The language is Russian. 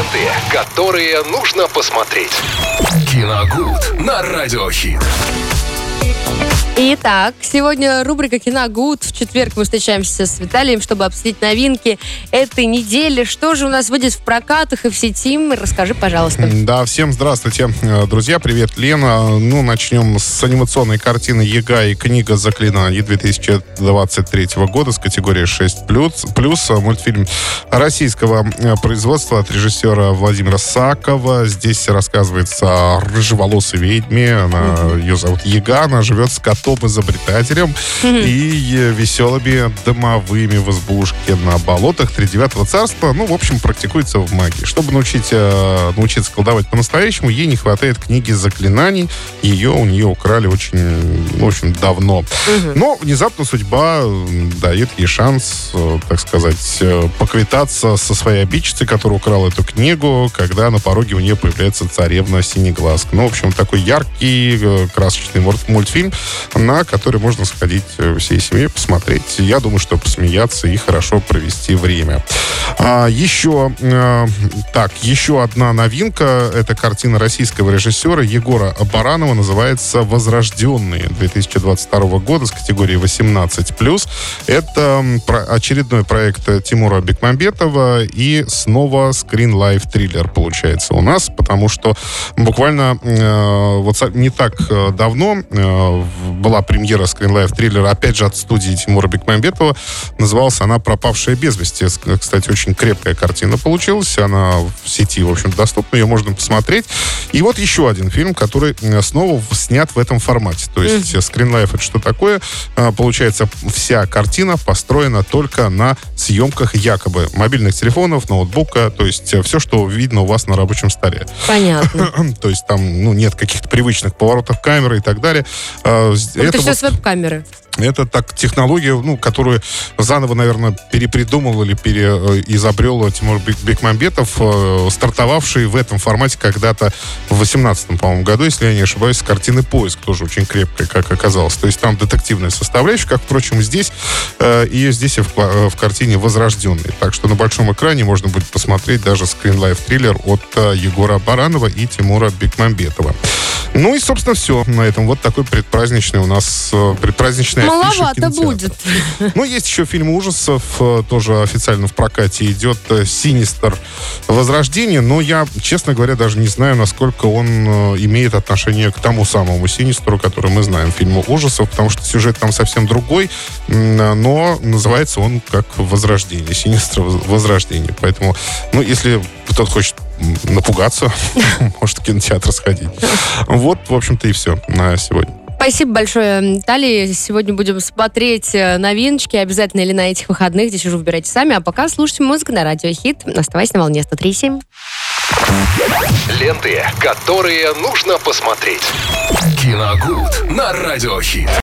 Ленты, которые нужно посмотреть. Киногуд на Радиохит. Итак, сегодня рубрика «Киногуд». В четверг мы встречаемся с Виталием, чтобы обсудить новинки этой недели. Что же у нас выйдет в прокатах и в сети? Расскажи, пожалуйста. Да, всем здравствуйте, друзья. Привет, Лена. Начнем с анимационной картины «Яга и книга заклинаний» 2023 года с категории 6+. Мультфильм российского производства от режиссера Владимира Сакова. Здесь рассказывается о рыжеволосой ведьме. Ее зовут Яга. Она живет с котом-изобретателем и веселыми домовыми в избушке на болотах тридевятого царства. В общем, практикуется в магии. Чтобы научиться колдовать по-настоящему, ей не хватает книги заклинаний. Ее у нее украли очень давно. Но внезапно судьба дает ей шанс, так сказать, поквитаться со своей обидчицей, которая украла эту книгу, когда на пороге у нее появляется царевна Синеглазка. В общем, такой яркий, красочный мультфильм, на который можно сходить всей семьей, посмотреть. Я думаю, что посмеяться и хорошо провести время. Еще одна новинка. Это картина российского режиссера Егора Баранова. Называется «Возрожденные» 2022 года с категории 18+. Это очередной проект Тимура Бекмамбетова и снова скрин-лайф триллер получается у нас, потому что буквально не так давно была премьера скринлайф-триллера, опять же, от студии Тимура Бекмамбетова. Называлась она «Пропавшая без вести». Кстати, очень крепкая картина получилась. Она в сети, в общем, доступна. Ее можно посмотреть. И вот еще один фильм, который снова снят в этом формате. То есть скринлайф — это что такое? Получается, вся картина построена только на съемках якобы мобильных телефонов, ноутбука. То есть все, что видно у вас на рабочем столе. Понятно. То есть там нет каких-то привычных поворотов камеры и так далее. Это все с веб-камеры. Это технология, которую заново, наверное, перепридумал или переизобрел Тимур Бекмамбетов, стартовавший в этом формате когда-то в 2018, по-моему, году, если я не ошибаюсь, с картины «Поиск», тоже очень крепкая, как оказалось. То есть там детективная составляющая, как, впрочем, здесь, и здесь и в картине «Возрожденные». Так что на большом экране можно будет посмотреть даже скринлайф-триллер от Егора Баранова и Тимура Бекмамбетова. И, собственно, все на этом. Вот такой предпраздничный у нас предпраздничный афиша маловато кинотеатра. будет. Есть еще фильм ужасов, тоже официально в прокате идет «Синистер. Возрождение», но я, честно говоря, даже не знаю, насколько он имеет отношение к тому самому «Синистеру», который мы знаем, фильму ужасов, потому что сюжет там совсем другой, но называется он как «Возрождение», «Синистер. Возрождение». Поэтому, если кто-то хочет напугаться, может в кинотеатр сходить. Вот, в общем-то, и все на сегодня. Спасибо большое, Виталий. Сегодня будем смотреть новиночки. Обязательно или на этих выходных. Здесь уже выбирайте сами. А пока слушайте музыку на Радио Хит. Оставайся на волне 103.7. Ленты, которые нужно посмотреть. Киногуд на Радиохит.